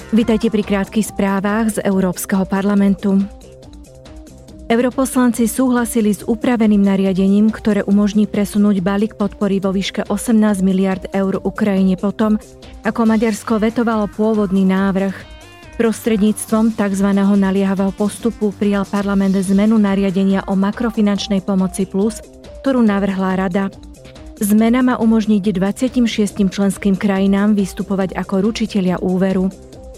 Vitajte pri krátkych správach z Európskeho parlamentu. Europoslanci súhlasili s upraveným nariadením, ktoré umožní presunúť balík podpory vo výške 18 miliard eur Ukrajine potom, ako Maďarsko vetovalo pôvodný návrh. Prostredníctvom tzv. Naliehavého postupu prijal parlament zmenu nariadenia o makrofinančnej pomoci plus, ktorú navrhla Rada. Zmena má umožniť 26 členským krajinám vystupovať ako ručitelia úveru.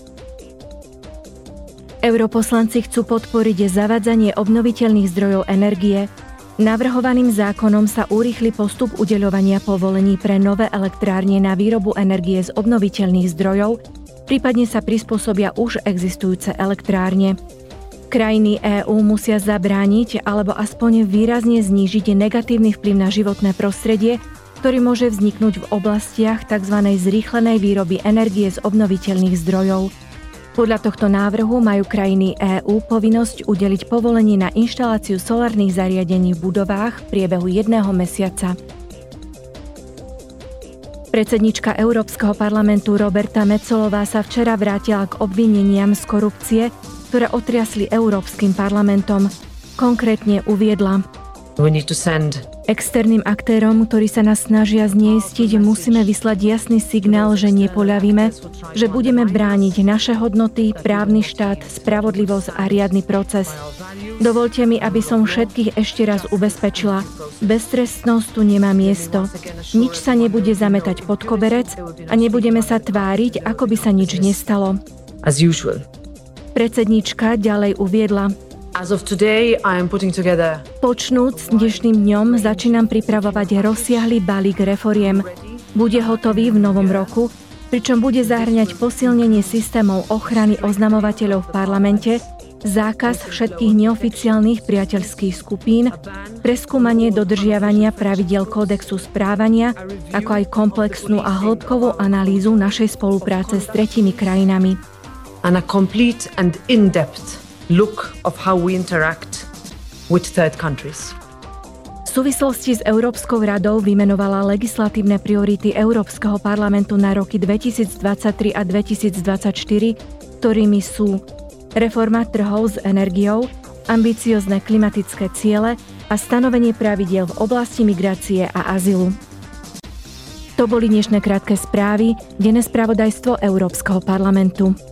Europoslanci chcú podporiť zavádzanie obnoviteľných zdrojov energie. Navrhovaným zákonom sa urýchli postup udeľovania povolení pre nové elektrárne na výrobu energie z obnoviteľných zdrojov, prípadne sa prispôsobia už existujúce elektrárne. Krajiny EÚ musia zabrániť alebo aspoň výrazne znížiť negatívny vplyv na životné prostredie, ktorý môže vzniknúť v oblastiach tzv. Zrýchlenej výroby energie z obnoviteľných zdrojov. Podľa tohto návrhu majú krajiny EÚ povinnosť udeliť povolenie na inštaláciu solárnych zariadení v budovách v priebehu 1 mesiaca. Predsedníčka Európskeho parlamentu Roberta Metsolová sa včera vrátila k obvineniam z korupcie, ktoré otriasli Európskym parlamentom. Konkrétne uviedla: Externým aktérom, ktorí sa nás snažia zneistiť, musíme vyslať jasný signál, že nepoľavíme, že budeme brániť naše hodnoty, právny štát, spravodlivosť a riadny proces. Dovoľte mi, aby som všetkých ešte raz ubezpečila. Beztrestnosť tu nemá miesto. Nič sa nebude zametať pod koberec a nebudeme sa tváriť, ako by sa nič nestalo. Predsedníčka ďalej uviedla: Počnúc s dnešným dňom začínam pripravovať rozsiahly balík reforiem. Bude hotový v novom roku, pričom bude zahŕňať posilnenie systémov ochrany oznamovateľov v parlamente, zákaz všetkých neoficiálnych priateľských skupín, preskúmanie dodržiavania pravidiel kódexu správania, ako aj komplexnú a hĺbkovú analýzu našej spolupráce s tretími krajinami. And a complete and in-depth look of how we interact with third countries. V súvislosti s Európskou radou vymenovala legislatívne priority Európskeho parlamentu na roky 2023 a 2024, ktorými sú reforma trhov s energiou, ambiciózne klimatické ciele a stanovenie pravidiel v oblasti migrácie a azylu. To boli dnešné krátke správy, denné spravodajstvo Európskeho parlamentu.